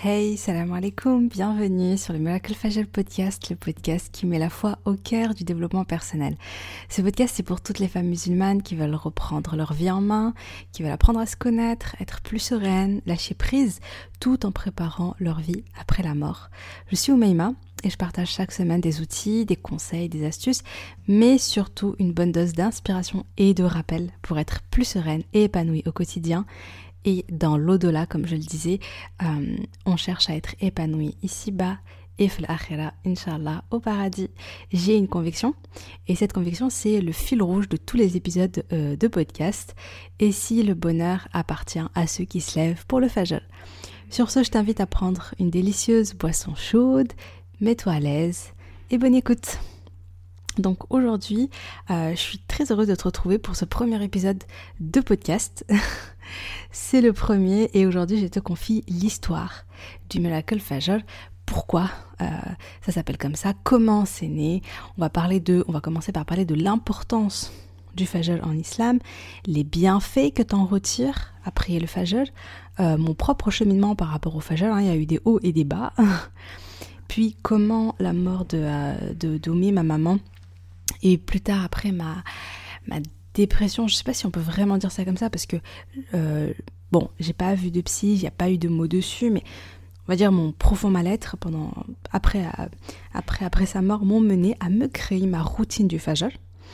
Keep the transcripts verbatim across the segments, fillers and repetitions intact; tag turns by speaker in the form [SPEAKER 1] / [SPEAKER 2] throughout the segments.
[SPEAKER 1] Hey, salam alaikum, bienvenue sur le Miracle Fajr podcast, le podcast qui met la foi au cœur du développement personnel. Ce podcast, c'est pour toutes les femmes musulmanes qui veulent reprendre leur vie en main, qui veulent apprendre à se connaître, être plus sereines, lâcher prise, tout en préparant leur vie après la mort. Je suis Oumaima et je partage chaque semaine des outils, des conseils, des astuces, mais surtout une bonne dose d'inspiration et de rappel pour être plus sereine et épanouie au quotidien. Et dans l'au-delà, comme je le disais, euh, on cherche à être épanoui ici-bas et fil akhira, Inch'Allah, au paradis. J'ai une conviction, et cette conviction, c'est le fil rouge de tous les épisodes euh, de podcast. Et si le bonheur appartient à ceux qui se lèvent pour le fajr. Sur ce, je t'invite à prendre une délicieuse boisson chaude, mets-toi à l'aise et bonne écoute. Donc aujourd'hui, euh, je suis très heureuse de te retrouver pour ce premier épisode de podcast. C'est le premier et aujourd'hui je te confie l'histoire du Miracle Fajr. Pourquoi euh, ça s'appelle comme ça? Comment c'est né? On va parler de, on va commencer par parler de l'importance du Fajr en islam, les bienfaits que t'en retires à prier le Fajr, euh, mon propre cheminement par rapport au Fajr, hein, il y a eu des hauts et des bas. Puis comment la mort de, euh, de d'Oumi, ma maman, et plus tard après ma, ma dépression, je sais pas si on peut vraiment dire ça comme ça parce que euh, bon, j'ai pas vu de psy, il n'y a pas eu de mots dessus, mais on va dire mon profond mal-être pendant après après après sa mort m'ont mené à me créer ma routine du Fajr.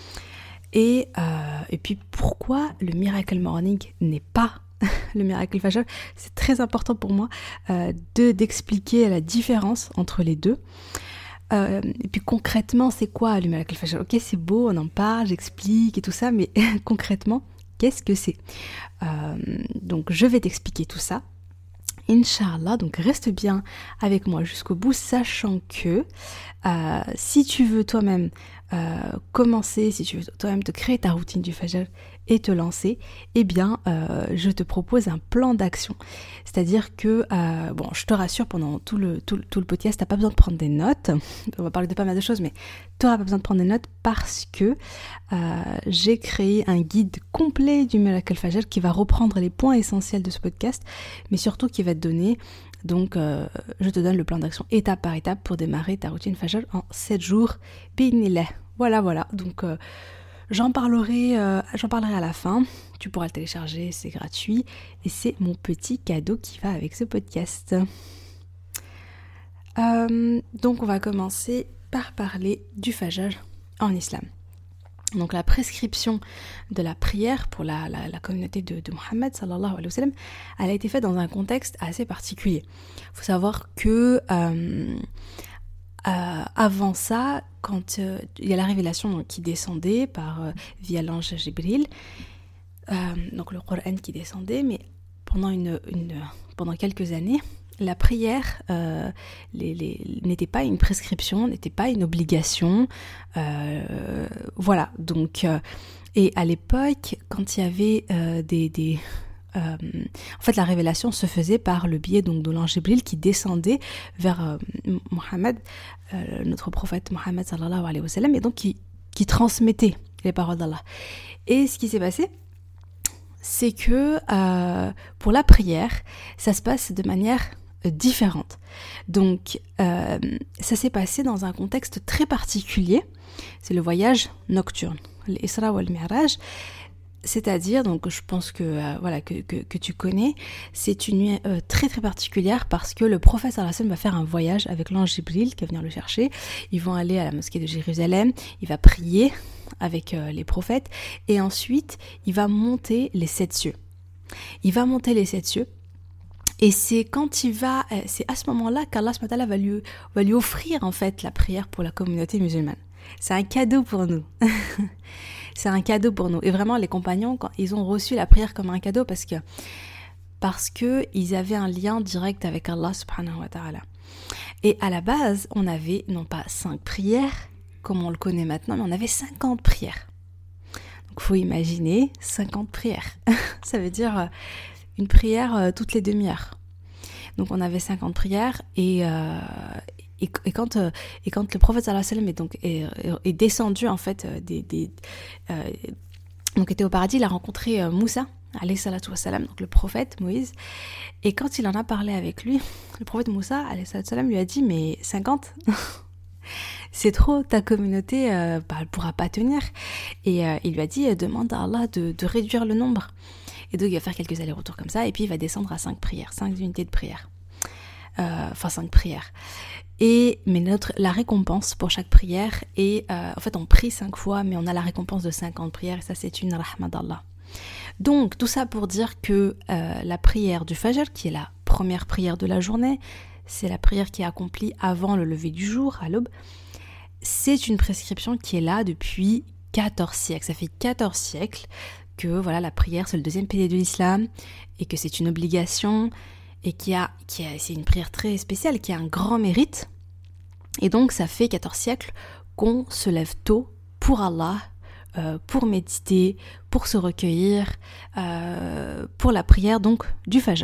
[SPEAKER 1] Et euh, et puis pourquoi le Miracle Morning n'est pas le Miracle Fajr, c'est très important pour moi euh, de d'expliquer la différence entre les deux. Euh, et puis concrètement, c'est quoi le Miracle Fajr? Ok, c'est beau, on en parle, j'explique et tout ça, mais concrètement, qu'est-ce que c'est? euh, Donc, je vais t'expliquer tout ça, Inch'Allah. Donc, reste bien avec moi jusqu'au bout, sachant que euh, si tu veux toi-même euh, commencer, si tu veux toi-même te créer ta routine du Fajr et te lancer, eh bien, euh, je te propose un plan d'action. C'est-à-dire que, euh, bon, je te rassure, pendant tout le, tout, tout le podcast, t'as pas besoin de prendre des notes. On va parler de pas mal de choses, mais t'auras pas besoin de prendre des notes parce que euh, j'ai créé un guide complet du Miracle Fajr qui va reprendre les points essentiels de ce podcast, mais surtout qui va te donner, donc, euh, je te donne le plan d'action étape par étape pour démarrer ta routine Fajr en sept jours. Bi'idhnillah. Voilà, voilà. Donc, euh, J'en parlerai, euh, j'en parlerai à la fin. Tu pourras le télécharger, c'est gratuit. Et c'est mon petit cadeau qui va avec ce podcast. Euh, donc on va commencer par parler du Fajr en islam. Donc la prescription de la prière pour la, la, la communauté de, de Mohammed sallallahu alayhi wa sallam, elle a été faite dans un contexte assez particulier. Il faut savoir que euh, Euh, avant ça, quand euh, il y a la révélation donc, qui descendait par euh, via l'ange Jibril, euh, donc le Coran qui descendait, mais pendant une, une pendant quelques années, la prière euh, les, les, n'était pas une prescription, n'était pas une obligation, euh, voilà. Donc euh, et à l'époque, quand il y avait euh, des, des Euh, en fait la révélation se faisait par le biais donc de l'ange Jibril qui descendait vers euh, Mohammed, euh, notre prophète Mohammed sallallahu alayhi wa sallam, et donc qui, qui transmettait les paroles d'Allah. Et ce qui s'est passé, c'est que euh, pour la prière, ça se passe de manière euh, différente. Donc euh, ça s'est passé dans un contexte très particulier, c'est le voyage nocturne, l'Isra wal Mi'raj. C'est-à-dire, donc je pense que euh, voilà que, que, que tu connais, c'est une nuit euh, très très particulière parce que le prophète sallallahu alayhi wa sallam va faire un voyage avec l'ange Jibril qui va venir le chercher. Ils vont aller à la mosquée de Jérusalem, il va prier avec euh, les prophètes et ensuite il va monter les sept cieux. Il va monter les sept cieux et c'est quand il va, euh, c'est à ce moment-là qu'Allah subhanahu wa ta'ala va lui, va lui offrir en fait la prière pour la communauté musulmane. C'est un cadeau pour nous. C'est un cadeau pour nous. Et vraiment, les compagnons, quand ils ont reçu la prière comme un cadeau parce que parce que ils avaient un lien direct avec Allah subhanahu wa ta'ala. Et à la base, on avait non pas cinq prières, comme on le connaît maintenant, mais on avait cinquante prières. Donc, faut imaginer cinquante prières. Ça veut dire une prière euh, toutes les demi-heures. Donc, on avait cinquante prières et... Euh, Et, et, quand, euh, et quand le prophète sallallahu alayhi wa sallam est, donc, est, est descendu en fait, euh, des, des, euh, donc était au paradis, il a rencontré euh, Moussa alayhi salatu wassalam, donc le prophète Moïse. Et quand il en a parlé avec lui, le prophète Moussa, alayhi salatu wassalam, lui a dit, mais cinquante c'est trop, ta communauté euh, bah, elle pourra pas tenir. Et euh, il lui a dit, euh, demande à Allah de, de réduire le nombre. Et donc il va faire quelques allers-retours comme ça, et puis il va descendre à cinq prières, cinq unités de prière. Euh, enfin cinq prières. Et mais notre la récompense pour chaque prière est, euh, en fait on prie cinq fois, mais on a la récompense de cinquante prières, et ça c'est une rahma d'Allah. Donc tout ça pour dire que euh, la prière du Fajr, qui est la première prière de la journée, c'est la prière qui est accomplie avant le lever du jour, à l'aube, c'est une prescription qui est là depuis quatorze siècles. Ça fait quatorze siècles que voilà, la prière c'est le deuxième pilier de l'islam, et que c'est une obligation, et qui a, qui a, c'est une prière très spéciale, qui a un grand mérite. Et donc ça fait quatorze siècles qu'on se lève tôt pour Allah, euh, pour méditer, pour se recueillir, euh, pour la prière donc du Fajr.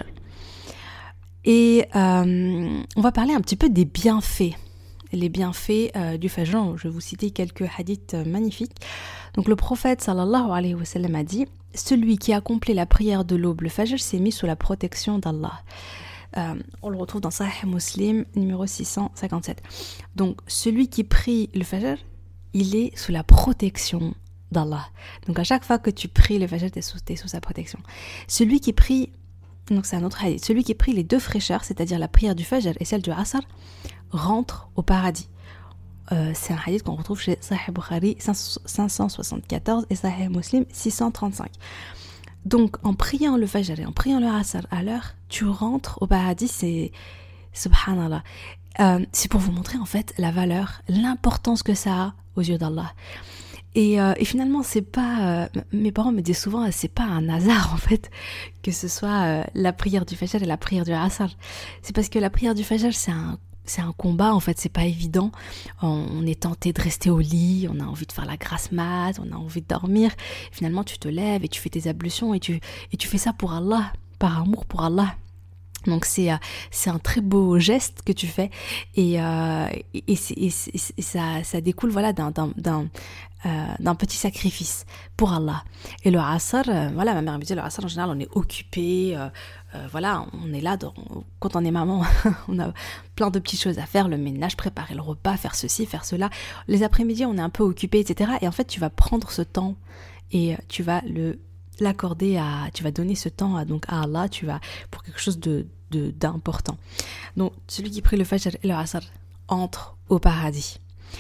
[SPEAKER 1] Et euh, on va parler un petit peu des bienfaits, les bienfaits euh, du Fajr. Je vais vous citer quelques hadiths euh, magnifiques. Donc le prophète sallallahu alayhi wa sallam a dit: celui qui accomplit la prière de l'aube, le Fajr, s'est mis sous la protection d'Allah. Euh, on le retrouve dans Sahih Muslim, numéro six cent cinquante-sept. Donc celui qui prie le Fajr, il est sous la protection d'Allah. Donc à chaque fois que tu pries le Fajr, tu es sous, t'es sous sa protection. Celui qui prie, donc c'est un autre hadith, celui qui prie les deux fraîcheurs, c'est-à-dire la prière du Fajr et celle du Asr, rentre au paradis. Euh, c'est un hadith qu'on retrouve chez Sahih Bukhari cinq cent soixante-quatorze et Sahih Muslim six cent trente-cinq. Donc en priant le Fajr et en priant le Asr à l'heure, tu rentres au paradis. C'est subhanallah. Euh, c'est pour vous montrer en fait la valeur, l'importance que ça a aux yeux d'Allah. Et, euh, et finalement, c'est pas. Euh, mes parents me disent souvent, c'est pas un hasard en fait que ce soit euh, la prière du Fajr et la prière du Asr. C'est parce que la prière du Fajr, c'est un C'est un combat, en fait, c'est pas évident. On, on est tenté de rester au lit, on a envie de faire la grasse mat, on a envie de dormir. Finalement, tu te lèves et tu fais tes ablutions et tu, et tu fais ça pour Allah, par amour pour Allah. Donc c'est, euh, c'est un très beau geste que tu fais, et, euh, et, et, et, et ça, ça découle voilà, d'un, d'un, d'un, euh, d'un petit sacrifice pour Allah. Et le Asr, euh, voilà, ma mère me dit, le Asr en général on est occupé, euh, euh, voilà, on est là, dans, quand on est maman, on a plein de petites choses à faire, le ménage, préparer le repas, faire ceci, faire cela. Les après-midi on est un peu occupé, et cetera. Et en fait tu vas prendre ce temps et tu vas le l'accorder à, tu vas donner ce temps à, donc à Allah, tu vas pour quelque chose de, de d'important. Donc celui qui prie le Fajr et le Asr entre au paradis.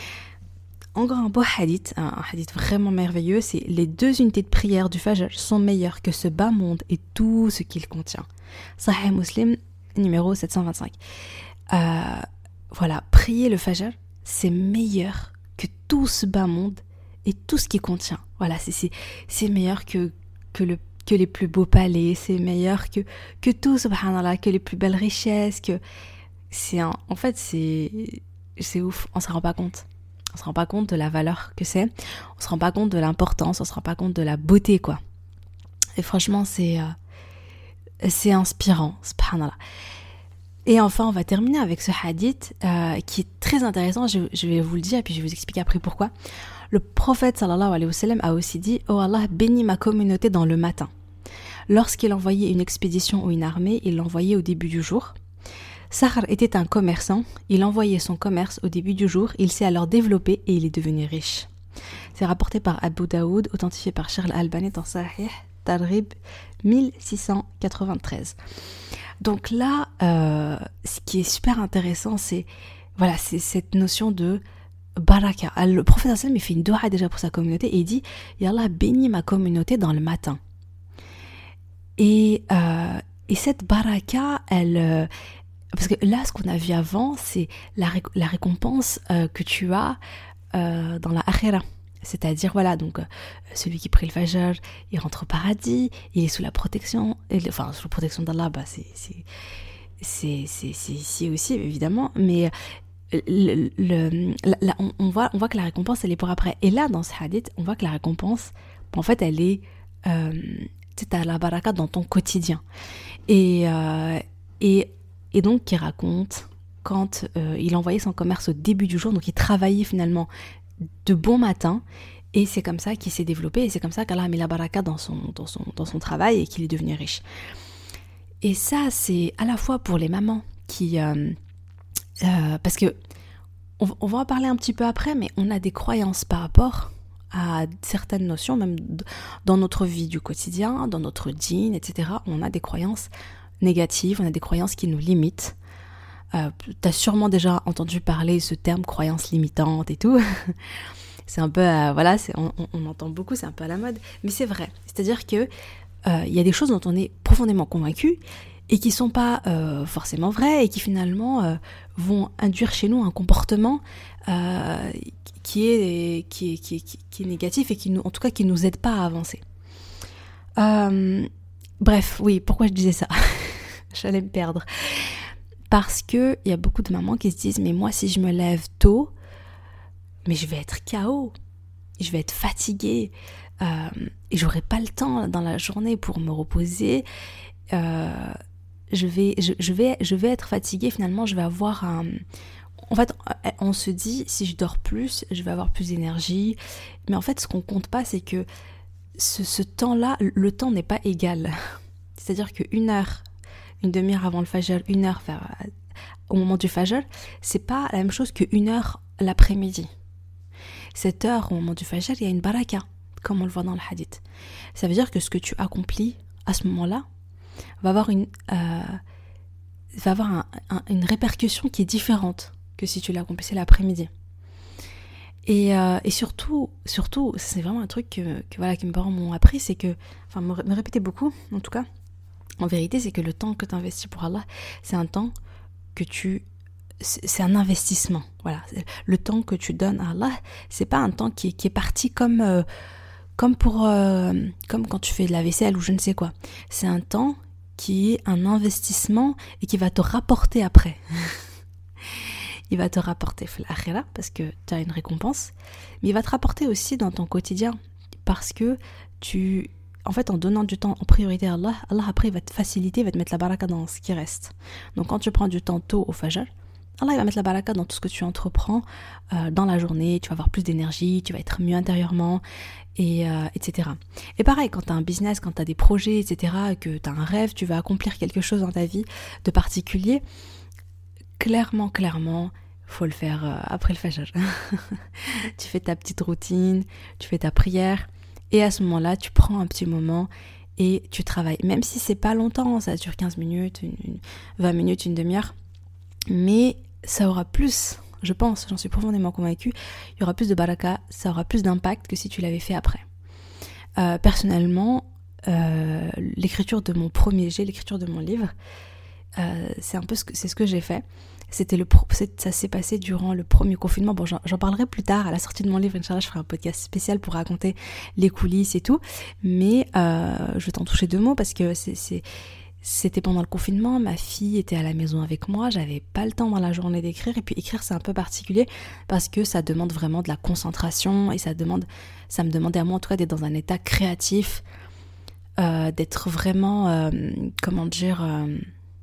[SPEAKER 1] Encore un beau hadith, un, un hadith vraiment merveilleux, c'est: les deux unités de prière du Fajr sont meilleures que ce bas monde et tout ce qu'il contient. Sahih Muslim numéro sept cent vingt-cinq. Euh, voilà, prier le Fajr, c'est meilleur que tout ce bas monde et tout ce qu'il contient. Voilà, c'est c'est c'est meilleur que que le que les plus beaux palais, c'est meilleur que que tout, subhanallah, que les plus belles richesses, que c'est un, en fait c'est c'est ouf, on se rend pas compte. On se rend pas compte de la valeur que c'est, on se rend pas compte de l'importance, on se rend pas compte de la beauté, quoi. Et franchement, c'est euh, c'est inspirant, subhanallah. Et enfin, on va terminer avec ce hadith euh, qui est très intéressant, je, je vais vous le dire et puis je vais vous expliquer après pourquoi. Le prophète sallallahu alayhi wa sallam a aussi dit: « Oh Allah, bénis ma communauté dans le matin. » Lorsqu'il envoyait une expédition ou une armée, il l'envoyait au début du jour. Sahr était un commerçant, il envoyait son commerce au début du jour, il s'est alors développé et il est devenu riche. C'est rapporté par Abu Daoud, authentifié par Sheikh al-Albani dans Sahih Targhib mille six cent quatre-vingt-treize. Donc là, euh, ce qui est super intéressant, c'est, voilà, c'est cette notion de baraka. Le prophète sallam, il fait une dua déjà pour sa communauté et il dit: « Ya Allah, bénis ma communauté dans le matin. » Et, euh, et cette baraka, elle... Euh, parce que là, ce qu'on a vu avant, c'est la, ré- la récompense euh, que tu as euh, dans la akhira. C'est-à-dire, voilà, donc, euh, celui qui prie le Fajr, il rentre au paradis, il est sous la protection, et, enfin, sous la protection d'Allah, bah, c'est, c'est, c'est, c'est, c'est ici aussi, évidemment, mais le, le, la, la, on, on, voit, on voit que la récompense, elle est pour après. Et là, dans ce hadith, on voit que la récompense, en fait, elle est, euh, tu as la baraka dans ton quotidien. Et, euh, et Et donc, qui raconte quand euh, il envoyait son commerce au début du jour, donc il travaillait finalement de bon matin, Et c'est comme ça qu'il s'est développé, et c'est comme ça qu'Allah a mis la baraka dans son, dans son, dans son travail et qu'il est devenu riche. Et ça, c'est à la fois pour les mamans qui... Euh, euh, parce que, on, on va en parler un petit peu après, mais on a des croyances par rapport à certaines notions, même dans notre vie du quotidien, dans notre dîn, et cetera. On a des croyances négatives, on a des croyances qui nous limitent. Euh, t'as sûrement déjà entendu parler ce terme croyance limitante et tout. C'est un peu, euh, voilà, c'est, on, on entend beaucoup, c'est un peu à la mode, mais c'est vrai. C'est-à-dire que euh, y a des choses dont on est profondément convaincu et qui sont pas euh, forcément vraies et qui finalement euh, vont induire chez nous un comportement euh, qui est qui est, qui est, qui est négatif et qui nous, en tout cas, qui nous aide pas à avancer. Euh, bref, oui, pourquoi je disais ça? J'allais me perdre. Parce que il y a beaucoup de mamans qui se disent, mais moi, si je me lève tôt, mais je vais être K O, je vais être fatiguée, euh, et j'aurai pas le temps dans la journée pour me reposer. Euh, je vais, je, je vais, je vais être fatiguée. Finalement, je vais avoir un. En fait, on se dit, si je dors plus, je vais avoir plus d'énergie. Mais en fait, ce qu'on compte pas, c'est que ce, ce temps-là, le temps n'est pas égal. C'est-à-dire qu'une heure, une demi-heure avant le fajr, une heure vers, au moment du fajr, c'est pas la même chose qu'une heure l'après-midi. Cette heure au moment du fajr, il y a une baraka, comme on le voit dans le hadith. Ça veut dire que ce que tu accomplis à ce moment-là va avoir une, euh, va avoir un, un, une répercussion qui est différente que si tu l'accomplissais l'après-midi. Et, euh, et surtout, surtout, c'est vraiment un truc que, que, voilà, que mes parents m'ont appris, c'est que, enfin me, me répétaient beaucoup, en tout cas, en vérité, c'est que le temps que tu investis pour Allah, c'est un temps que tu... c'est un investissement, voilà. Le temps que tu donnes à Allah, c'est pas un temps qui est, qui est parti comme, euh, comme, pour, euh, comme quand tu fais de la vaisselle ou je ne sais quoi. C'est un temps qui est un investissement et qui va te rapporter après. Il va te rapporter l'akhira parce que tu as une récompense, mais il va te rapporter aussi dans ton quotidien parce que tu... En fait, en donnant du temps en priorité à Allah, Allah après il va te faciliter, il va te mettre la baraka dans ce qui reste. Donc quand tu prends du temps tôt au fajr, Allah il va mettre la baraka dans tout ce que tu entreprends euh, dans la journée, tu vas avoir plus d'énergie, tu vas être mieux intérieurement, et, euh, et cetera. Et pareil, quand tu as un business, quand tu as des projets, et cetera, que tu as un rêve, tu vas accomplir quelque chose dans ta vie de particulier, clairement, clairement, faut le faire euh, après le fajr. Tu fais ta petite routine, tu fais ta prière, et à ce moment-là, tu prends un petit moment et tu travailles. Même si c'est pas longtemps, ça dure quinze minutes, une, une, vingt minutes, une demi-heure, mais ça aura plus, je pense, j'en suis profondément convaincue, il y aura plus de baraka, ça aura plus d'impact que si tu l'avais fait après. Euh, personnellement, euh, l'écriture de mon premier jet, l'écriture de mon livre, euh, c'est un peu ce que, c'est ce que j'ai fait. C'était le pro, c'est, ça s'est passé durant le premier confinement. Bon, j'en, j'en parlerai plus tard à la sortie de mon livre. Inch'Allah, je ferai un podcast spécial pour raconter les coulisses et tout. Mais euh, je vais t'en toucher deux mots parce que c'est, c'est, c'était pendant le confinement. Ma fille était à la maison avec moi. J'avais pas le temps dans la journée d'écrire. Et puis écrire, c'est un peu particulier parce que ça demande vraiment de la concentration et ça demande, ça me demandait à moi en tout cas d'être dans un état créatif, euh, d'être vraiment, euh, comment dire, euh,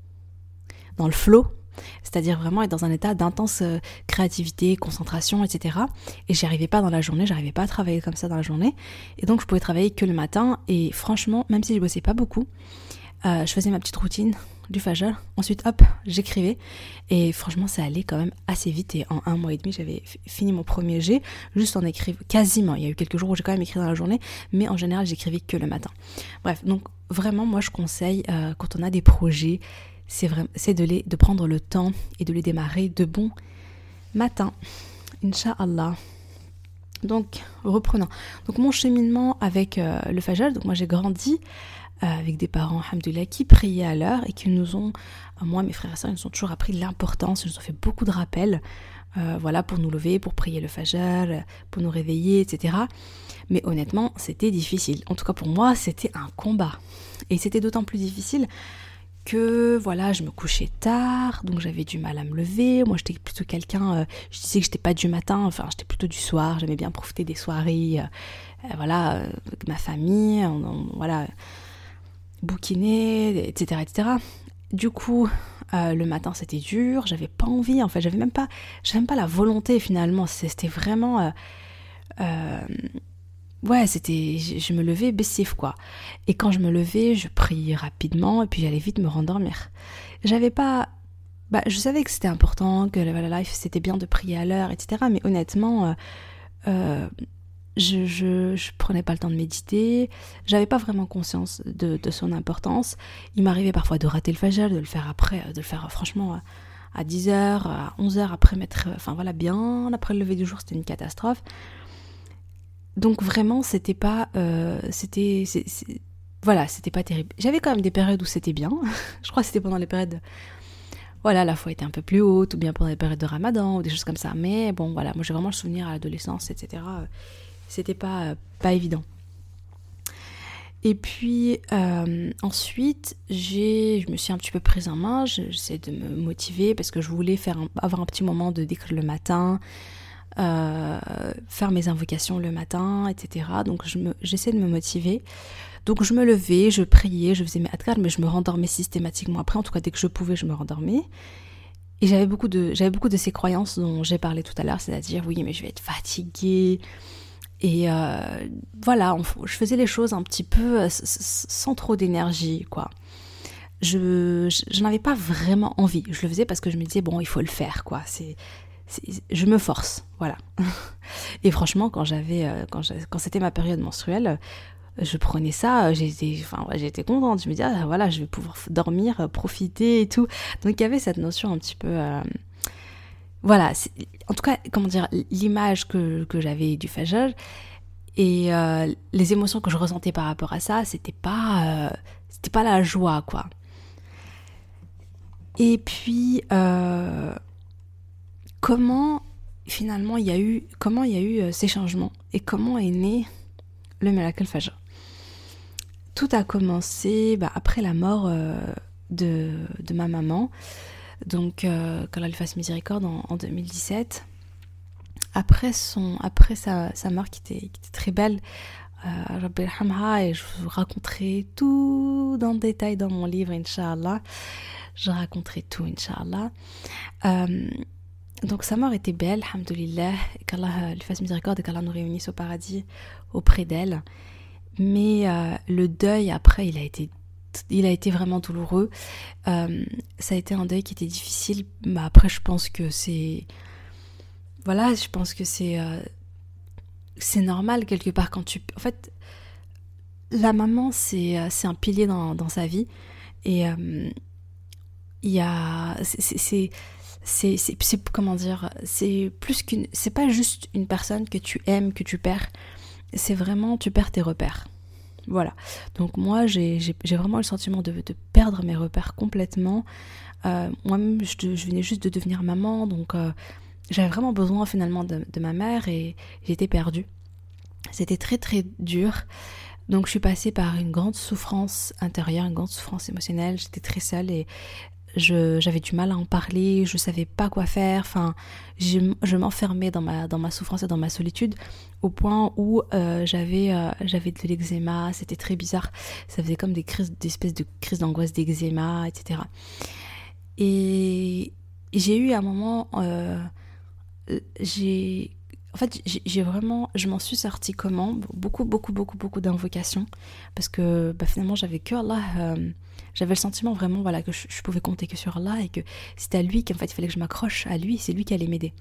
[SPEAKER 1] dans le flow. C'est-à-dire vraiment être dans un état d'intense créativité, concentration, et cetera. Et j'y arrivais pas dans la journée, j'arrivais pas à travailler comme ça dans la journée. Et donc je pouvais travailler que le matin. Et franchement, même si je bossais pas beaucoup, euh, je faisais ma petite routine du fajr. Ensuite, hop, j'écrivais. Et franchement, ça allait quand même assez vite. Et en un mois et demi, j'avais f- fini mon premier jet, juste en écrivant, quasiment. Il y a eu quelques jours où j'ai quand même écrit dans la journée, mais en général, j'écrivais que le matin. Bref, donc vraiment, moi, je conseille, euh, quand on a des projets, c'est, vraiment, c'est de, les, de prendre le temps et de les démarrer de bon matin. Inch'Allah. Donc, reprenons. Donc, mon cheminement avec euh, le fajr, donc moi j'ai grandi euh, avec des parents, alhamdoulilah, qui priaient à l'heure et qui nous ont, euh, moi, mes frères et sœurs, ils nous ont toujours appris l'importance, ils nous ont fait beaucoup de rappels, euh, voilà, pour nous lever, pour prier le fajr, pour nous réveiller, et cetera. Mais honnêtement, c'était difficile. En tout cas, pour moi, c'était un combat. Et c'était d'autant plus difficile que voilà, je me couchais tard, donc j'avais du mal à me lever. Moi, j'étais plutôt quelqu'un, euh, je disais que j'étais pas du matin, enfin, j'étais plutôt du soir. J'aimais bien profiter des soirées, euh, euh, voilà, euh, avec ma famille, on, on, voilà, bouquiner, et cetera, et cetera. Du coup, euh, le matin, c'était dur. J'avais pas envie, en fait, j'avais même pas, j'avais même pas la volonté finalement. C'était vraiment, euh, euh, ouais, c'était, je, je me levais bessif, quoi. Et quand je me levais, je priais rapidement et puis j'allais vite me rendormir. J'avais pas... Bah, je savais que c'était important, que la life, c'était bien de prier à l'heure, et cetera. Mais honnêtement, euh, euh, je, je, je prenais pas le temps de méditer. J'avais pas vraiment conscience de, de son importance. Il m'arrivait parfois de rater le fajr, de le faire après, de le faire franchement à dix heures, à onze heures après m'être... Enfin voilà, bien après le lever du jour, c'était une catastrophe. Donc vraiment, c'était pas... Euh, c'était... C'est, c'est, voilà, c'était pas terrible. J'avais quand même des périodes où c'était bien. Je crois que c'était pendant les périodes... Voilà, la foi était un peu plus haute, ou bien pendant les périodes de ramadan, ou des choses comme ça. Mais bon, voilà, moi j'ai vraiment le souvenir à l'adolescence, et cetera. C'était pas, euh, pas évident. Et puis euh, ensuite, j'ai, je me suis un petit peu prise en main, j'essaie de me motiver, parce que je voulais faire un, avoir un petit moment de dhikr le matin, euh, faire mes invocations le matin, et cetera. Donc je me, j'essaie de me motiver. Donc je me levais, je priais, je faisais mes adhkar, mais je me rendormais systématiquement après. En tout cas, dès que je pouvais, je me rendormais. Et j'avais beaucoup de, j'avais beaucoup de ces croyances dont j'ai parlé tout à l'heure, c'est-à-dire, oui, mais je vais être fatiguée. Et euh, voilà, on, je faisais les choses un petit peu sans trop d'énergie, quoi. Je, je, je n'avais pas vraiment envie. Je le faisais parce que je me disais, bon, il faut le faire, quoi. C'est, c'est, je me force, voilà. Et franchement, quand j'avais, quand, j'avais, quand c'était ma période menstruelle, je prenais ça, j'étais, enfin, j'étais contente. Je me disais, ah, voilà, je vais pouvoir dormir, profiter et tout. Donc il y avait cette notion un petit peu, euh, voilà. C'est, en tout cas, comment dire, l'image que que j'avais du fajr et euh, les émotions que je ressentais par rapport à ça, c'était pas, euh, c'était pas la joie, quoi. Et puis, euh, comment finalement il y a eu, comment il y a eu euh, ces changements et comment est né le Miracle Fajr. Tout a commencé bah, après la mort euh, de, de ma maman, donc euh, qu'Allah lui fasse miséricorde en, en deux mille dix-sept. Après, son, après sa, sa mort qui était, qui était très belle, euh, Rabbi Hamha, et je vous raconterai tout dans le détail dans mon livre, Inch'Allah. Je raconterai tout, Inch'Allah. Euh, donc sa mort était belle, alhamdoulilah, et qu'Allah lui fasse miséricorde et qu'Allah nous réunisse au paradis auprès d'elle. Mais euh, le deuil après, il a été, il a été vraiment douloureux. Euh, ça a été un deuil qui était difficile. Bah, après, je pense que c'est, voilà, je pense que c'est, euh, c'est normal quelque part quand tu, en fait, la maman c'est, c'est un pilier dans, dans sa vie et euh, il y a, c'est, c'est, c'est C'est, c'est, c'est comment dire, c'est plus qu'une, c'est pas juste une personne que tu aimes, que tu perds, c'est vraiment, tu perds tes repères. Voilà. Donc moi, j'ai, j'ai, j'ai vraiment le sentiment de, de perdre mes repères complètement. Euh, moi-même, je, je venais juste de devenir maman, donc euh, j'avais vraiment besoin finalement de, de ma mère et j'étais perdue. C'était très très dur. Donc je suis passée par une grande souffrance intérieure, une grande souffrance émotionnelle. J'étais très seule et Je, j'avais du mal à en parler, je savais pas quoi faire, enfin, je, je m'enfermais dans ma, dans ma souffrance et dans ma solitude au point où euh, j'avais, euh, j'avais de l'eczéma, c'était très bizarre, ça faisait comme des crises, des espèces de crises d'angoisse d'eczéma, et cetera. Et j'ai eu un moment, euh, j'ai... En fait, j'ai, j'ai vraiment, je m'en suis sortie comment ? Beaucoup, beaucoup, beaucoup, beaucoup d'invocations. Parce que bah, finalement, j'avais que Allah. Euh, j'avais le sentiment vraiment voilà, que je, je pouvais compter que sur Allah et que c'était à lui qu'en fait, il fallait que je m'accroche à lui. C'est lui qui allait m'aider.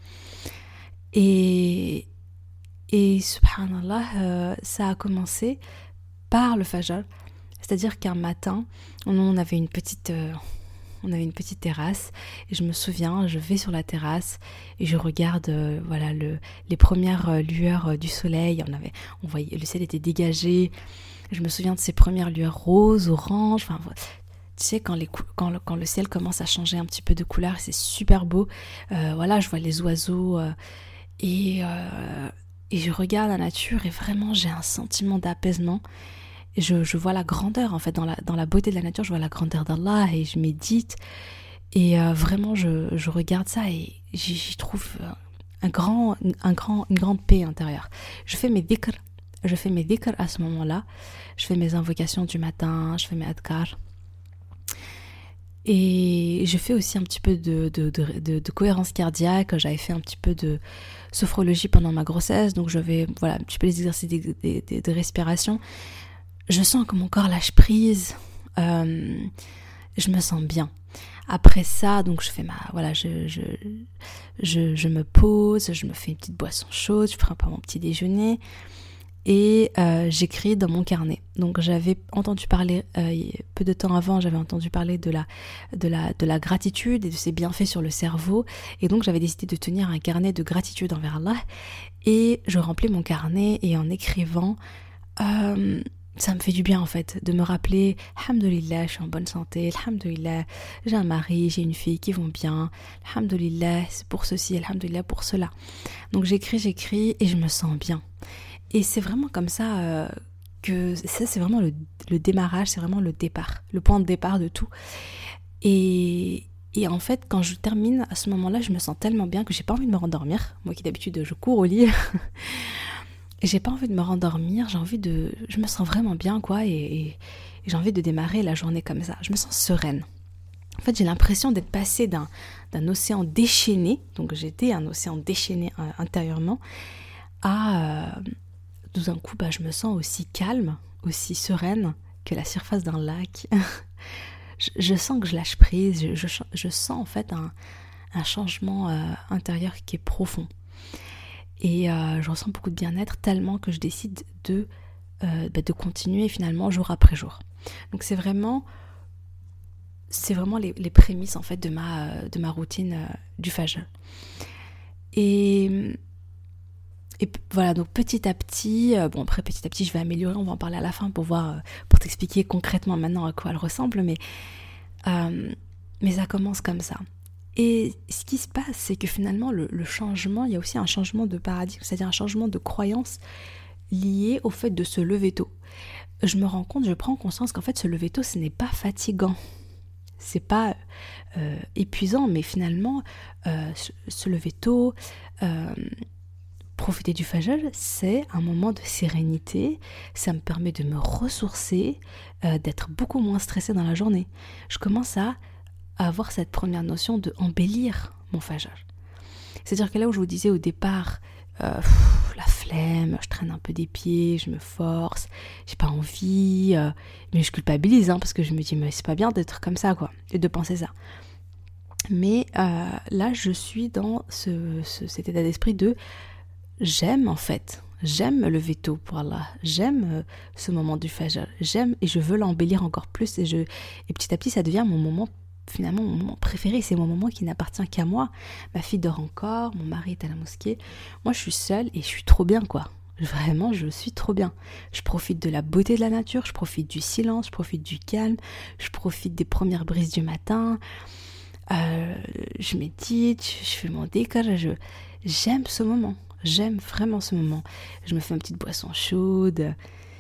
[SPEAKER 1] Et, et subhanallah, euh, ça a commencé par le fajr. C'est-à-dire qu'un matin, on avait une petite... Euh, On avait une petite terrasse et je me souviens, je vais sur la terrasse et je regarde euh, voilà, le, les premières euh, lueurs euh, du soleil. On avait, on voyait, le ciel était dégagé. Je me souviens de ces premières lueurs roses, oranges. Enfin, tu sais, quand, les, quand, le, quand le ciel commence à changer un petit peu de couleur, c'est super beau. Euh, voilà, je vois les oiseaux euh, et, euh, et je regarde la nature et vraiment j'ai un sentiment d'apaisement. Je, je vois la grandeur en fait dans la, dans la beauté de la nature, je vois la grandeur d'Allah et je médite et euh, vraiment je, je regarde ça et j'y, j'y trouve un grand, un grand, une grande paix intérieure. Je fais mes dhikr, je fais mes dhikr à ce moment-là, je fais mes invocations du matin, je fais mes adhkar Et je fais aussi un petit peu de, de, de, de, de cohérence cardiaque. J'avais fait un petit peu de sophrologie pendant ma grossesse, donc j'avais voilà, un petit peu les exercices de, de, de, de respiration. Je sens que mon corps lâche prise, euh, je me sens bien. Après ça, donc je fais ma, voilà, je, je, je, je me pose, je me fais une petite boisson chaude, je prends mon petit déjeuner. Et euh, j'écris dans mon carnet. Donc j'avais entendu parler, euh, peu de temps avant, j'avais entendu parler de la, de, la, de la gratitude et de ses bienfaits sur le cerveau. Et donc j'avais décidé de tenir un carnet de gratitude envers Allah. Et je remplis mon carnet et en écrivant, euh, ça me fait du bien en fait, de me rappeler, alhamdoulilah, je suis en bonne santé, alhamdoulilah, j'ai un mari, j'ai une fille qui vont bien, alhamdoulilah, c'est pour ceci, alhamdoulilah pour cela. Donc j'écris, j'écris et je me sens bien. Et c'est vraiment comme ça euh, que ça c'est vraiment le, le démarrage, c'est vraiment le départ, le point de départ de tout. Et, et en fait, quand je termine, à ce moment-là, je me sens tellement bien que j'ai pas envie de me rendormir. Moi qui d'habitude, je cours au lit. Et j'ai pas envie de me rendormir, j'ai envie de... Je me sens vraiment bien, quoi, et, et, et j'ai envie de démarrer la journée comme ça. Je me sens sereine. En fait, j'ai l'impression d'être passée d'un, d'un océan déchaîné, donc j'étais un océan déchaîné euh, intérieurement, à... Euh, tout d'un coup, bah, je me sens aussi calme, aussi sereine que la surface d'un lac. je, je sens que je lâche prise, je, je, je sens en fait un, un changement euh, intérieur qui est profond. Et euh, je ressens beaucoup de bien-être tellement que je décide de, euh, bah, de continuer finalement jour après jour. Donc c'est vraiment, c'est vraiment les, les prémices en fait de ma, de ma routine euh, du Fajr. Et... Et voilà, donc petit à petit, euh, bon après petit à petit je vais améliorer, on va en parler à la fin pour voir, euh, pour t'expliquer concrètement maintenant à quoi elle ressemble, mais, euh, mais ça commence comme ça. Et ce qui se passe, c'est que finalement le, le changement, il y a aussi un changement de paradigme, c'est-à-dire un changement de croyance lié au fait de se lever tôt. Je me rends compte, je prends conscience qu'en fait se lever tôt, ce n'est pas fatigant. C'est pas euh, épuisant, mais finalement, euh, se, se lever tôt... Euh, Profiter du Fajr, c'est un moment de sérénité, ça me permet de me ressourcer, euh, d'être beaucoup moins stressée dans la journée. Je commence à, à avoir cette première notion de embellir mon Fajr. C'est-à-dire que là où je vous disais au départ, euh, pff, la flemme, je traîne un peu des pieds, je me force, j'ai pas envie, euh, mais je culpabilise hein, parce que je me dis mais c'est pas bien d'être comme ça quoi, et de penser ça. Mais euh, là je suis dans ce, ce, cet état d'esprit de j'aime en fait, j'aime me lever tôt pour Allah, j'aime euh, ce moment du Fajr, j'aime et je veux l'embellir encore plus et, je, et petit à petit ça devient mon moment, finalement mon moment préféré, c'est mon moment qui n'appartient qu'à moi. Ma fille dort encore, mon mari est à la mosquée, moi je suis seule et je suis trop bien quoi, vraiment je suis trop bien. Je profite de la beauté de la nature, je profite du silence, je profite du calme, je profite des premières brises du matin, euh, je médite, je fais mon décor, je, j'aime ce moment. J'aime vraiment ce moment. Je me fais une petite boisson chaude.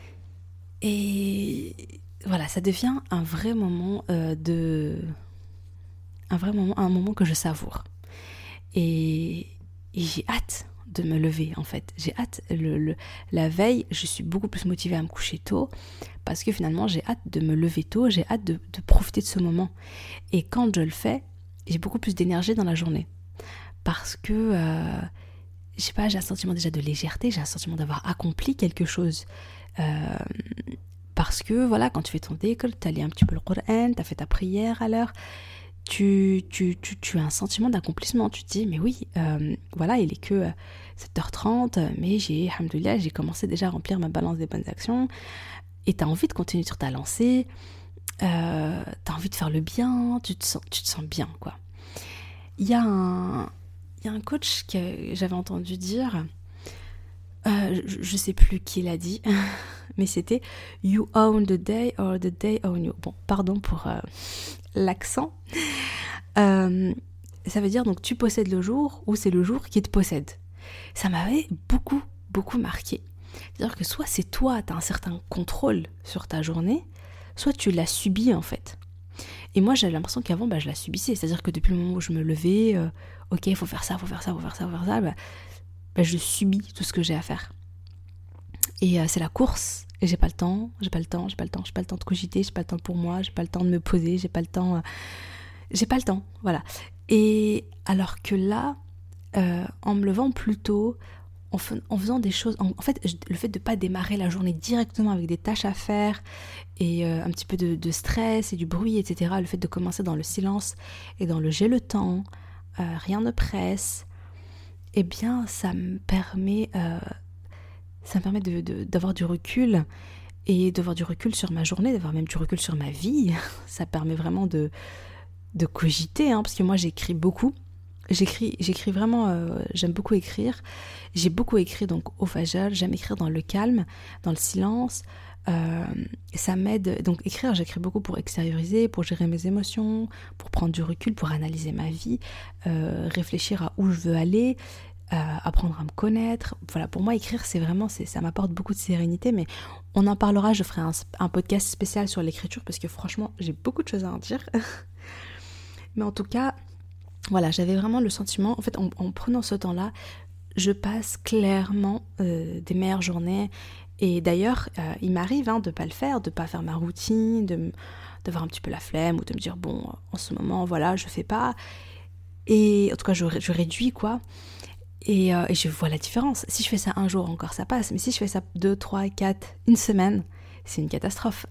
[SPEAKER 1] Et voilà, ça devient un vrai moment euh, de... Un vrai moment, un moment que je savoure. Et, et j'ai hâte de me lever, en fait. J'ai hâte. Le, le, la veille, je suis beaucoup plus motivée à me coucher tôt parce que finalement, j'ai hâte de me lever tôt. J'ai hâte de, de profiter de ce moment. Et quand je le fais, j'ai beaucoup plus d'énergie dans la journée. Parce que... Euh, je sais pas, j'ai un sentiment déjà de légèreté, j'ai un sentiment d'avoir accompli quelque chose. Euh, parce que, voilà, quand tu fais ton dhikr, tu as lu un petit peu le Coran, tu as fait ta prière à l'heure, tu, tu, tu, tu as un sentiment d'accomplissement. Tu te dis, mais oui, euh, voilà, il est que sept heures trente, mais j'ai, alhamdoulilah, j'ai commencé déjà à remplir ma balance des bonnes actions. Et tu as envie de continuer sur ta lancée, euh, tu as envie de faire le bien, tu te sens, tu te sens bien, quoi. Il y a un... Il y a un coach que j'avais entendu dire, euh, je ne sais plus qui l'a dit, mais c'était « You own the day or the day own you ». Bon, pardon pour euh, l'accent. Euh, ça veut dire donc tu possèdes le jour ou c'est le jour qui te possède. Ça m'avait beaucoup, beaucoup marqué. C'est-à-dire que soit c'est toi, tu as un certain contrôle sur ta journée, soit tu l'as subi en fait. Et moi j'avais l'impression qu'avant bah, je la subissais, c'est-à-dire que depuis le moment où je me levais, euh, ok il faut faire ça, il faut faire ça, il faut faire ça, il faut faire ça, bah, bah, je subis tout ce que j'ai à faire. Et euh, c'est la course, Et j'ai pas le temps, j'ai pas le temps, j'ai pas le temps, j'ai pas le temps de cogiter, j'ai pas le temps pour moi, j'ai pas le temps de me poser, j'ai pas le temps, euh, j'ai pas le temps, voilà. Et alors que là, euh, en me levant plus tôt, en, f- en faisant des choses, en, en fait, je- le fait de pas démarrer la journée directement avec des tâches à faire et euh, un petit peu de, de stress et du bruit, et cetera. Le fait de commencer dans le silence et dans le j'ai le temps, euh, rien ne presse, eh bien, ça me permet, euh, ça me permet de, de, d'avoir du recul et d'avoir du recul sur ma journée, d'avoir même du recul sur ma vie. Ça permet vraiment de, de cogiter, hein, parce que moi, j'écris beaucoup. J'écris, j'écris vraiment, euh, j'aime beaucoup écrire. J'ai beaucoup écrit donc au Fajr, j'aime écrire dans le calme, dans le silence. Euh, ça m'aide, donc écrire, j'écris beaucoup pour extérioriser, pour gérer mes émotions, pour prendre du recul, pour analyser ma vie, euh, réfléchir à où je veux aller, euh, apprendre à me connaître. Voilà, pour moi écrire c'est vraiment, c'est, ça m'apporte beaucoup de sérénité, mais on en parlera, je ferai un, un podcast spécial sur l'écriture parce que franchement j'ai beaucoup de choses à en dire. Mais en tout cas, voilà, j'avais vraiment le sentiment, en fait, en, en prenant ce temps-là, je passe clairement euh, des meilleures journées. Et d'ailleurs, euh, il m'arrive hein, de ne pas le faire, de ne pas faire ma routine, de, d'avoir un petit peu la flemme ou de me dire, bon, en ce moment, voilà, je ne fais pas. Et en tout cas, je, je réduis, quoi. Et, euh, et je vois la différence. Si je fais ça un jour encore, ça passe. Mais si je fais ça deux, trois, quatre, une semaine, c'est une catastrophe.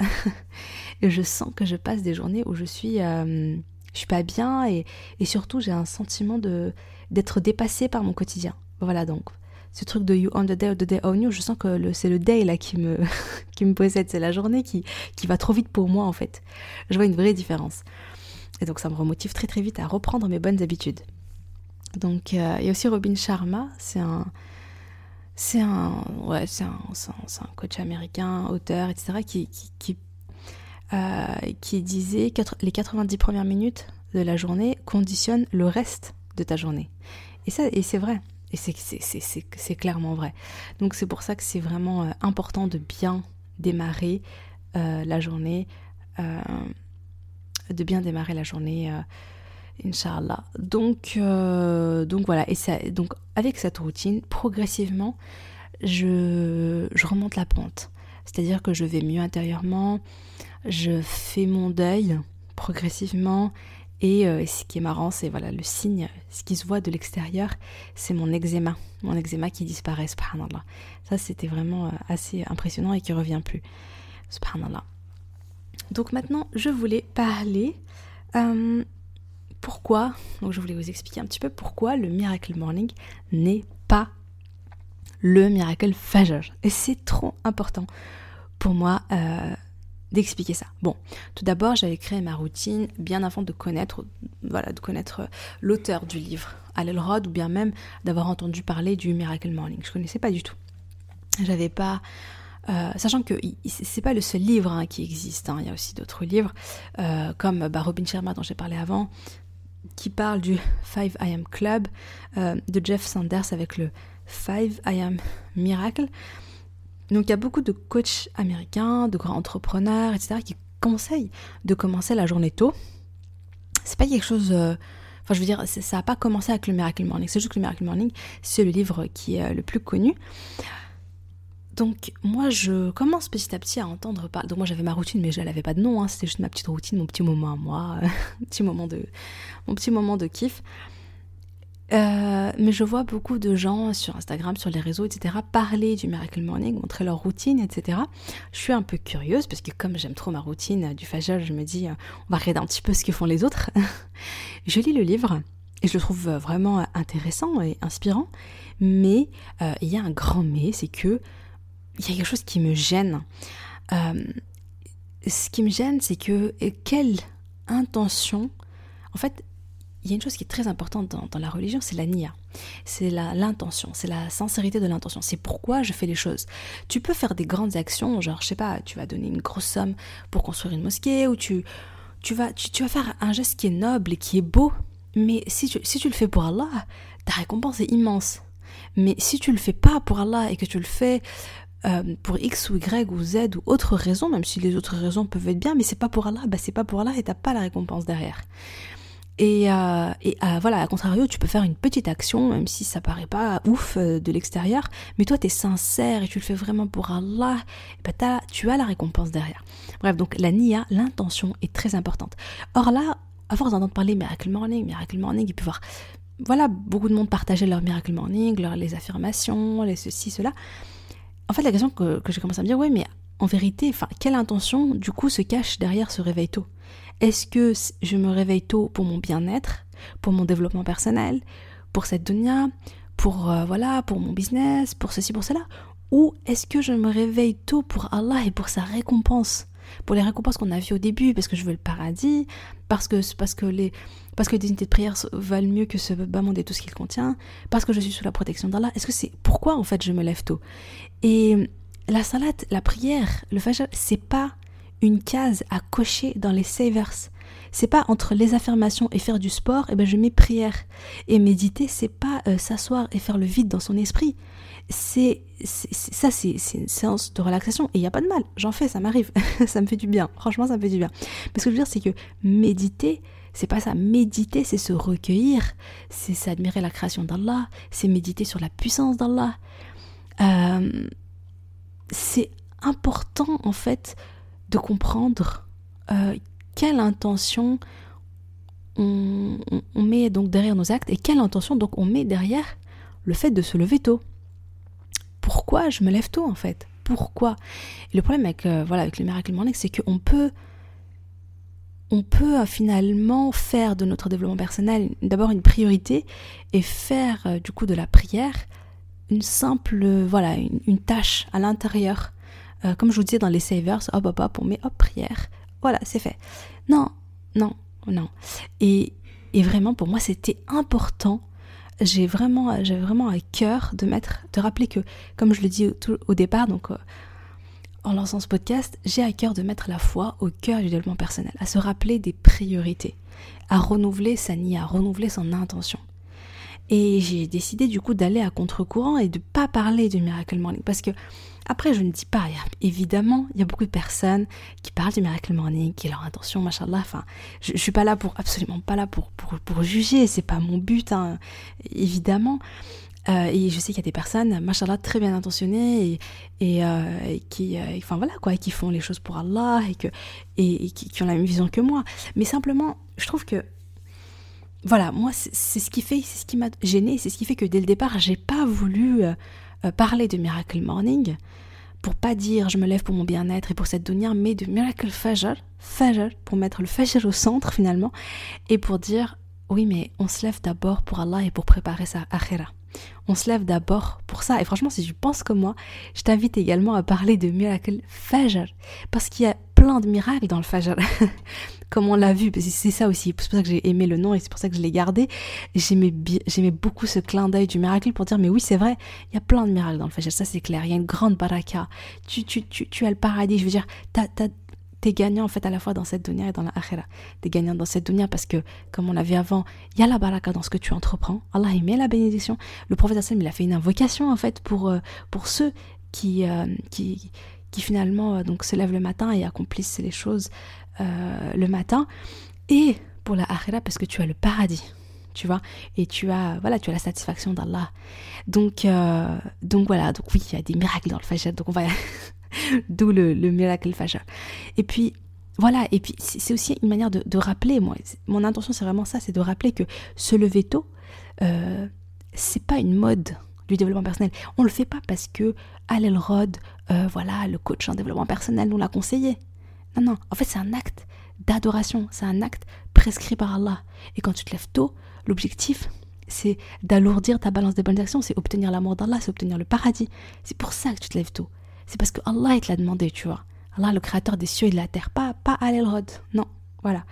[SPEAKER 1] Et je sens que je passe des journées où je suis... Euh, je suis pas bien et, et surtout j'ai un sentiment de, d'être dépassée par mon quotidien. Voilà, donc ce truc de you on the day or the day on you, je sens que le, c'est le day là qui me, qui me possède, c'est la journée qui, qui va trop vite pour moi en fait. Je vois une vraie différence. Et donc ça me remotive très très vite à reprendre mes bonnes habitudes. Donc euh, il y a aussi Robin Sharma, c'est un... C'est un, ouais, c'est un, c'est un, c'est un coach américain, auteur, et cetera qui, qui, qui Euh, qui disait que les quatre-vingt-dix premières minutes de la journée conditionnent le reste de ta journée. Et, ça, et c'est vrai, et c'est, c'est, c'est, c'est, c'est clairement vrai. Donc c'est pour ça que c'est vraiment euh, important de bien démarrer euh, la journée, euh, de bien démarrer la journée, euh, Inch'Allah. Donc, euh, donc voilà, et ça, donc avec cette routine, progressivement, je, je remonte la pente. C'est-à-dire que je vais mieux intérieurement, je fais mon deuil progressivement et euh, ce qui est marrant, c'est voilà le signe, ce qui se voit de l'extérieur, c'est mon eczéma, mon eczéma qui disparaît, subhanallah. Ça c'était vraiment euh, assez impressionnant et qui revient plus, subhanallah. Donc maintenant, je voulais parler euh, pourquoi, donc je voulais vous expliquer un petit peu pourquoi le Miracle Morning n'est pas le Miracle Fajr. Et c'est trop important pour moi euh, d'expliquer ça. Bon, tout d'abord, j'avais créé ma routine bien avant de connaître, voilà, de connaître l'auteur du livre, Hal Elrod, ou bien même d'avoir entendu parler du Miracle Morning. Je connaissais pas du tout. J'avais pas, euh, sachant que c'est pas le seul livre hein, qui existe. Hein. Il y a aussi d'autres livres, euh, comme bah, Robin Sharma dont j'ai parlé avant, qui parle du five I Am Club euh, de Jeff Sanders avec le five I Am Miracle. Donc il y a beaucoup de coachs américains, de grands entrepreneurs, et cetera qui conseillent de commencer la journée tôt. C'est pas quelque chose... Euh, enfin je veux dire, ça n'a pas commencé avec le Miracle Morning. C'est juste que le Miracle Morning, c'est le livre qui est le plus connu. Donc moi je commence petit à petit à entendre parler. Donc moi j'avais ma routine, mais je n'avais pas de nom. Hein. C'était juste ma petite routine, mon petit moment à moi, euh, petit moment de, mon petit moment de kiff. Euh, mais je vois beaucoup de gens sur Instagram, sur les réseaux, et cetera parler du Miracle Morning, montrer leur routine, et cetera. Je suis un peu curieuse parce que comme j'aime trop ma routine du Fajr, je me dis euh, on va regarder un petit peu ce que font les autres. Je lis le livre et je le trouve vraiment intéressant et inspirant, mais euh, il y a un grand mais, c'est que il y a quelque chose qui me gêne. Euh, ce qui me gêne, c'est que quelle intention, en fait, il y a une chose qui est très importante dans, dans la religion, c'est la niya. C'est la, l'intention, c'est la sincérité de l'intention. C'est pourquoi je fais les choses. Tu peux faire des grandes actions, genre, je sais pas, tu vas donner une grosse somme pour construire une mosquée, ou tu, tu, vas, tu, tu vas faire un geste qui est noble et qui est beau, mais si tu, si tu le fais pour Allah, ta récompense est immense. Mais si tu le fais pas pour Allah et que tu le fais euh, pour X ou Y ou Z ou autre raison, même si les autres raisons peuvent être bien, mais c'est pas pour Allah, bah c'est pas pour Allah et t'as pas la récompense derrière. Et, euh, et euh, voilà, à contrario, tu peux faire une petite action, même si ça paraît pas ouf euh, de l'extérieur, mais toi, tu es sincère et tu le fais vraiment pour Allah, et ben t'as, tu as la récompense derrière. Bref, donc la niya, l'intention est très importante. Or là, à force d'entendre parler Miracle Morning, Miracle Morning, et puis voir, voilà, beaucoup de monde partageait leur Miracle Morning, leur, les affirmations, les ceci, cela. En fait, la question que, que j'ai commencé à me dire, ouais, mais en vérité, enfin, quelle intention, du coup, se cache derrière ce réveil tôt ? Est-ce que je me réveille tôt pour mon bien-être, pour mon développement personnel, pour cette dunya, pour, euh, voilà, pour mon business, pour ceci, pour cela ? Ou est-ce que je me réveille tôt pour Allah et pour sa récompense ? Pour les récompenses qu'on a vues au début, parce que je veux le paradis, parce que, parce que, les, parce que des unités de prière valent mieux que ce bas monde et tout ce qu'il contient, parce que je suis sous la protection d'Allah. Est-ce que c'est pourquoi en fait je me lève tôt ? Et la salat, la prière, le fajr, c'est pas une case à cocher dans les savers. C'est pas entre les affirmations et faire du sport, et ben je mets prière. Et méditer, c'est pas euh, s'asseoir et faire le vide dans son esprit. C'est, c'est, c'est ça, c'est, c'est une séance de relaxation. Et il n'y a pas de mal, j'en fais, ça m'arrive. Ça me fait du bien, franchement ça me fait du bien. Mais ce que je veux dire, c'est que méditer, c'est pas ça. Méditer, c'est se recueillir, c'est s'admirer la création d'Allah, c'est méditer sur la puissance d'Allah. Euh, c'est important en fait de comprendre euh, quelle intention on, on, on met donc derrière nos actes et quelle intention donc on met derrière le fait de se lever tôt. Pourquoi je me lève tôt en fait ? Pourquoi ? Et le problème avec, euh, voilà, avec le Miracle Morning, c'est qu'on peut, on peut euh, finalement faire de notre développement personnel d'abord une priorité et faire euh, du coup de la prière une simple, euh, voilà, une, une tâche à l'intérieur. Euh, comme je vous disais dans les savers, hop hop hop, on met hop prière, voilà c'est fait. Non, non, non. Et, et vraiment pour moi c'était important. J'ai vraiment, j'avais vraiment à cœur de mettre, de rappeler que, comme je le dis au, tout, au départ, donc euh, en lançant ce podcast, j'ai à cœur de mettre la foi au cœur du développement personnel, à se rappeler des priorités, à renouveler sa niya, à renouveler son intention. Et j'ai décidé du coup d'aller à contre-courant et de pas parler du Miracle Morning. Parce que, après je ne dis pas, il y a, évidemment, il y a beaucoup de personnes qui parlent du Miracle Morning, qui ont leur intention, machallah, enfin, je, je suis pas là pour, absolument pas là pour, pour, pour juger, c'est pas mon but, hein, évidemment. Euh, et je sais qu'il y a des personnes, machallah, très bien intentionnées et, et, euh, et qui, euh, enfin voilà quoi, qui font les choses pour Allah et, que, et, et qui, qui ont la même vision que moi. Mais simplement, je trouve que voilà, moi, c'est, c'est ce qui fait, c'est ce qui m'a gênée, c'est ce qui fait que dès le départ, j'ai pas voulu euh, euh, parler de Miracle Morning pour pas dire je me lève pour mon bien-être et pour cette dunya, mais de Miracle Fajr, Fajr, pour mettre le Fajr au centre finalement, et pour dire oui, mais on se lève d'abord pour Allah et pour préparer sa akhira. On se lève d'abord pour ça. Et franchement, si tu penses comme moi, je t'invite également à parler de Miracle Fajr, parce qu'il y a plein de miracles dans le Fajr. Comme on l'a vu, parce que c'est ça aussi, c'est pour ça que j'ai aimé le nom et c'est pour ça que je l'ai gardé. J'aimais, j'aimais beaucoup ce clin d'œil du miracle pour dire, mais oui, c'est vrai, il y a plein de miracles dans le Fajr, ça c'est clair, il y a une grande baraka, tu, tu, tu, tu as le paradis, je veux dire, t'as, t'as, t'es gagnant en fait à la fois dans cette dunya et dans la akhira. T'es gagnant dans cette dunya parce que, comme on l'a vu avant, il y a la baraka dans ce que tu entreprends, Allah il met la bénédiction. Le prophète sallam il a fait une invocation en fait pour, euh, pour ceux qui, euh, qui, qui finalement euh, donc, se lèvent le matin et accomplissent les choses Euh, le matin, et pour la akhira parce que tu as le paradis, tu vois, et tu as voilà tu as la satisfaction d'Allah. Donc euh, donc voilà, donc oui, il y a des miracles dans le Fajr, donc on va d'où le, le miracle Fajr. Et puis voilà, et puis c'est, c'est aussi une manière de, de rappeler, moi mon intention c'est vraiment ça, c'est de rappeler que se lever tôt euh, c'est pas une mode du développement personnel. On le fait pas parce que Al Elrod, euh, voilà, le coach en développement personnel nous l'a conseillé. Non, non, en fait c'est un acte d'adoration, c'est un acte prescrit par Allah. Et quand tu te lèves tôt, l'objectif c'est d'alourdir ta balance des bonnes actions, c'est obtenir l'amour d'Allah, c'est obtenir le paradis. C'est pour ça que tu te lèves tôt. C'est parce que Allah il te l'a demandé, tu vois. Allah le créateur des cieux et de la terre, pas, pas Al Elrod, non, voilà.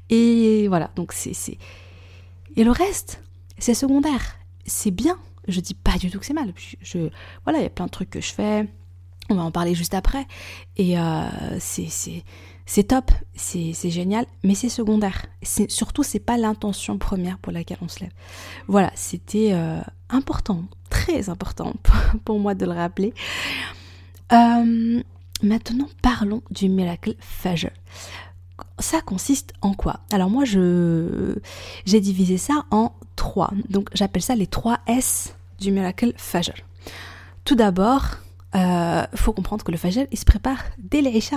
[SPEAKER 1] Et voilà, donc c'est, c'est... Et le reste, c'est secondaire. C'est bien, je dis pas du tout que c'est mal. Je, je... Voilà, il y a plein de trucs que je fais. On va en parler juste après. Et euh, c'est, c'est, c'est top, c'est, c'est génial, mais c'est secondaire. C'est, surtout, c'est pas l'intention première pour laquelle on se lève. Voilà, c'était euh, important, très important pour, pour moi de le rappeler. Euh, maintenant, parlons du Miracle Fajr. ça consiste en quoi? Alors moi, je j'ai divisé ça en trois. Donc j'appelle ça les trois S du Miracle Fajr. Tout d'abord, il euh, faut comprendre que le Fajr, il se prépare dès l'Isha.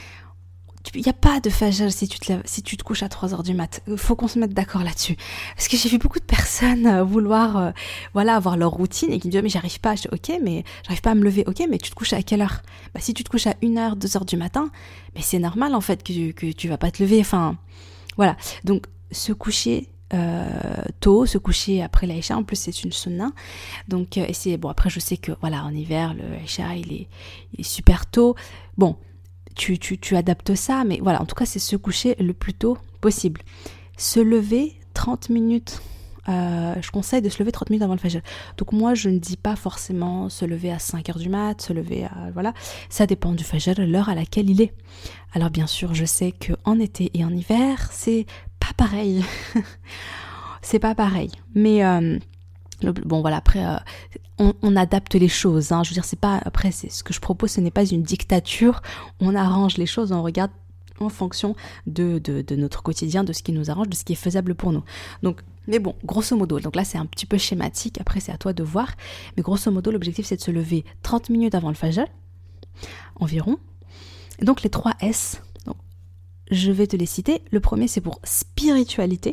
[SPEAKER 1] Il n'y a pas de Fajr si tu te lèves, si tu te couches à trois heures du mat. Il faut qu'on se mette d'accord là-dessus. Parce que j'ai vu beaucoup de personnes euh, vouloir euh, voilà, avoir leur routine et qui me disent « mais j'arrive pas ». Je dis « ok, mais j'arrive pas à me lever ». Ok, mais tu te couches à quelle heure? Bah, si tu te couches à une heure, deux heures du matin, mais c'est normal en fait que tu, que tu vas pas te lever. Enfin, voilà. Donc, se coucher euh, tôt, se coucher après l'Aïcha, en plus c'est une sunna. Donc, euh, et c'est, bon, après je sais que voilà, en hiver, le Aïcha il est, il est super tôt. Bon, Tu, tu, tu adaptes ça, mais voilà, en tout cas, c'est se coucher le plus tôt possible. Se lever trente minutes, euh, je conseille de se lever trente minutes avant le Fajr. Donc moi, je ne dis pas forcément se lever à cinq heures du mat, se lever à... Voilà, ça dépend du Fajr, l'heure à laquelle il est. Alors bien sûr, je sais qu'en été et en hiver, c'est pas pareil. c'est pas pareil, mais... Euh, Bon voilà, après euh, on, on adapte les choses, hein. Je veux dire, c'est pas, après c'est ce que je propose, ce n'est pas une dictature, on arrange les choses, on regarde en fonction de, de, de notre quotidien, de ce qui nous arrange, de ce qui est faisable pour nous. Donc, mais bon, grosso modo, donc là c'est un petit peu schématique, après c'est à toi de voir, mais grosso modo l'objectif c'est de se lever trente minutes avant le Fajr, environ. Et donc les trois S, donc, je vais te les citer. Le premier c'est pour spiritualité.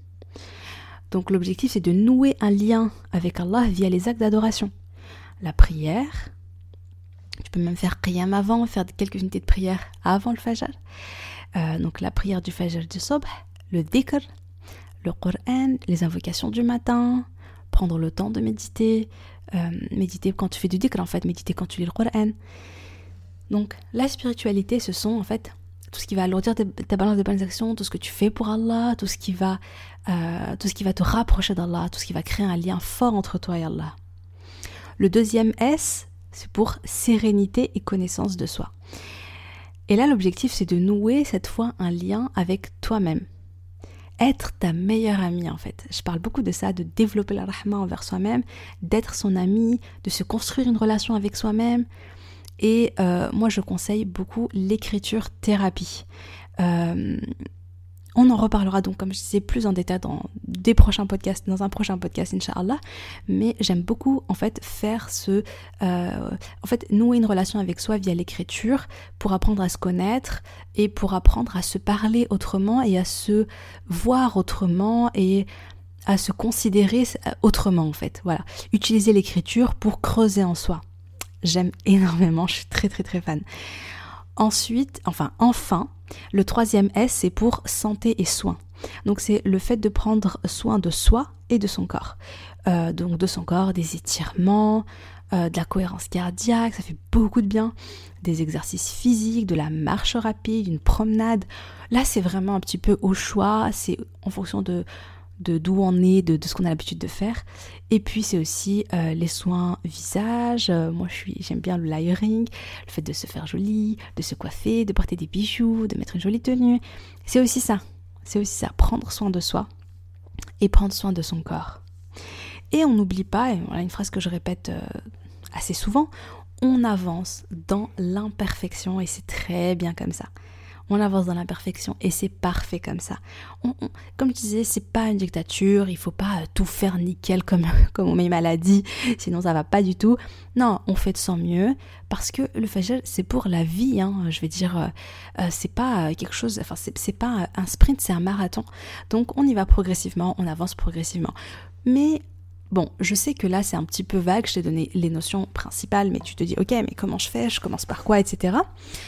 [SPEAKER 1] Donc l'objectif c'est de nouer un lien avec Allah via les actes d'adoration. La prière, tu peux même faire qiyam avant, faire quelques unités de prière avant le Fajr. Euh, donc la prière du Fajr du Subh, le dhikr, le Coran, les invocations du matin, prendre le temps de méditer, euh, méditer quand tu fais du dhikr en fait, méditer quand tu lis le Coran. Donc la spiritualité ce sont en fait tout ce qui va alourdir ta balance de bonnes actions, tout ce que tu fais pour Allah, tout ce qui va, euh, tout ce qui va te rapprocher d'Allah, tout ce qui va créer un lien fort entre toi et Allah. Le deuxième S, c'est pour sérénité et connaissance de soi. Et là, l'objectif, c'est de nouer cette fois un lien avec toi-même. Être ta meilleure amie, en fait. Je parle beaucoup de ça, de développer la rahma envers soi-même, d'être son ami, de se construire une relation avec soi-même. Et euh, moi, je conseille beaucoup l'écriture thérapie. Euh, on en reparlera donc, comme je disais, plus en détail dans des prochains podcasts, dans un prochain podcast, Inch'Allah. Mais j'aime beaucoup, en fait, faire ce... Euh, en fait, nouer une relation avec soi via l'écriture pour apprendre à se connaître et pour apprendre à se parler autrement et à se voir autrement et à se considérer autrement, en fait. Voilà. Utiliser l'écriture pour creuser en soi. J'aime énormément, je suis très très très fan. Ensuite, enfin, enfin, le troisième S, c'est pour santé et soins. Donc c'est le fait de prendre soin de soi et de son corps. Euh, donc de son corps, des étirements, euh, de la cohérence cardiaque, ça fait beaucoup de bien. Des exercices physiques, de la marche rapide, une promenade. Là, c'est vraiment un petit peu au choix, c'est en fonction de... de d'où on est, de, de ce qu'on a l'habitude de faire. Et puis c'est aussi euh, les soins visage. Euh, moi je suis, j'aime bien le layering, le fait de se faire joli, de se coiffer, de porter des bijoux, de mettre une jolie tenue. C'est aussi ça, c'est aussi ça, prendre soin de soi et prendre soin de son corps. Et on n'oublie pas, et voilà une phrase que je répète euh, assez souvent, on avance dans l'imperfection et c'est très bien comme ça. On avance dans l'imperfection et c'est parfait comme ça. On, on, comme je disais, c'est pas une dictature, il faut pas tout faire nickel comme, comme on met maladie, sinon ça va pas du tout. Non, on fait de son mieux parce que le Fajr, c'est pour la vie, hein. Je vais dire, euh, c'est pas quelque chose, enfin c'est, c'est pas un sprint, c'est un marathon. Donc on y va progressivement, on avance progressivement. Mais bon, je sais que là c'est un petit peu vague, je t'ai donné les notions principales, mais tu te dis, ok, mais comment je fais, je commence par quoi, et cetera.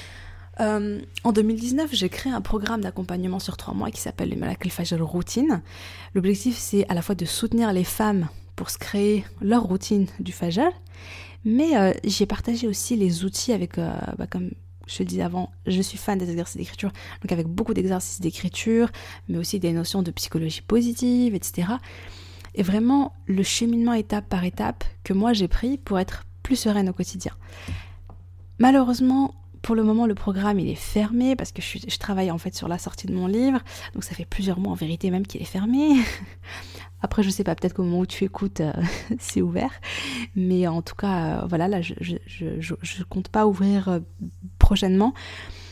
[SPEAKER 1] Euh, en deux mille dix-neuf, j'ai créé un programme d'accompagnement sur trois mois qui s'appelle le Miracle Fajr Routine. L'objectif, c'est à la fois de soutenir les femmes pour se créer leur routine du Fajr, mais euh, j'ai partagé aussi les outils avec, euh, bah, comme je te le disais avant, je suis fan des exercices d'écriture, donc avec beaucoup d'exercices d'écriture, mais aussi des notions de psychologie positive, et cetera. Et vraiment, le cheminement étape par étape que moi j'ai pris pour être plus sereine au quotidien. Malheureusement, pour le moment, le programme, il est fermé parce que je, suis, je travaille en fait sur la sortie de mon livre. Donc ça fait plusieurs mois en vérité même qu'il est fermé. Après, je sais pas, peut-être qu'au moment où tu écoutes, euh, c'est ouvert. Mais en tout cas, euh, voilà, là, je, je, je, je, je compte pas ouvrir euh, prochainement.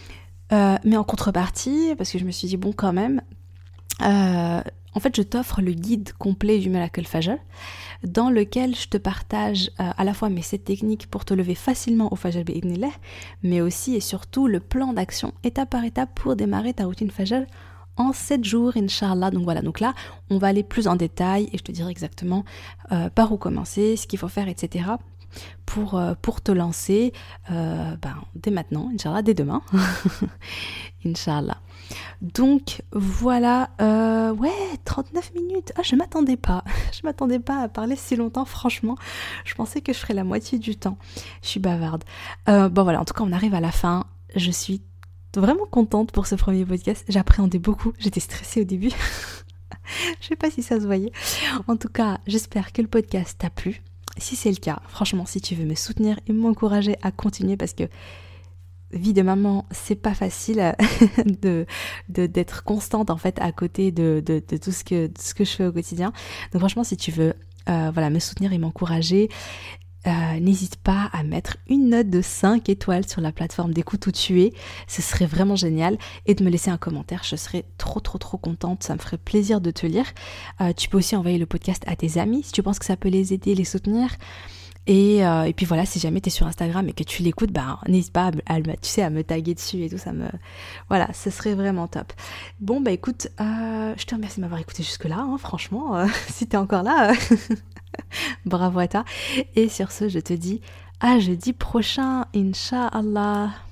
[SPEAKER 1] Euh, mais en contrepartie, parce que je me suis dit, bon, quand même, euh, en fait, je t'offre le guide complet du Miracle Fajr, dans lequel je te partage euh, à la fois mes sept techniques pour te lever facilement au Fajr bi'idhnillah, mais aussi et surtout le plan d'action étape par étape pour démarrer ta routine Fajr en sept jours, Inch'Allah. Donc voilà, donc là, on va aller plus en détail et je te dirai exactement euh, par où commencer, ce qu'il faut faire, et cetera pour, euh, pour te lancer euh, ben, dès maintenant, Inch'Allah, dès demain. Inch'Allah. Donc voilà, euh, ouais, trente-neuf minutes. Ah, je m'attendais pas. Je m'attendais pas à parler si longtemps, franchement. Je pensais que je ferais la moitié du temps. Je suis bavarde. Euh, bon voilà, en tout cas, on arrive à la fin. Je suis vraiment contente pour ce premier podcast. J'appréhendais beaucoup. J'étais stressée au début. Je sais pas si ça se voyait. En tout cas, j'espère que le podcast t'a plu. Si c'est le cas, franchement, si tu veux me soutenir et m'encourager à continuer, parce que vie de maman, c'est pas facile de, de d'être constante en fait à côté de, de, de tout ce que de ce que je fais au quotidien. Donc franchement, si tu veux euh, voilà, me soutenir et m'encourager, Euh, n'hésite pas à mettre une note de cinq étoiles sur la plateforme d'écoute où tu es, ce serait vraiment génial, et de me laisser un commentaire, je serais trop trop trop contente, ça me ferait plaisir de te lire. Euh, tu peux aussi envoyer le podcast à tes amis si tu penses que ça peut les aider, les soutenir. Et, euh, et puis voilà, si jamais tu es sur Instagram et que tu l'écoutes, bah, n'hésite pas à, à, tu sais, à me taguer dessus et tout, ça me... Voilà, ce serait vraiment top. Bon, bah écoute, euh, je te remercie de m'avoir écouté jusque-là, hein, franchement, euh, si t'es encore là, euh, bravo à toi. Et sur ce, je te dis à jeudi prochain, Inch'Allah.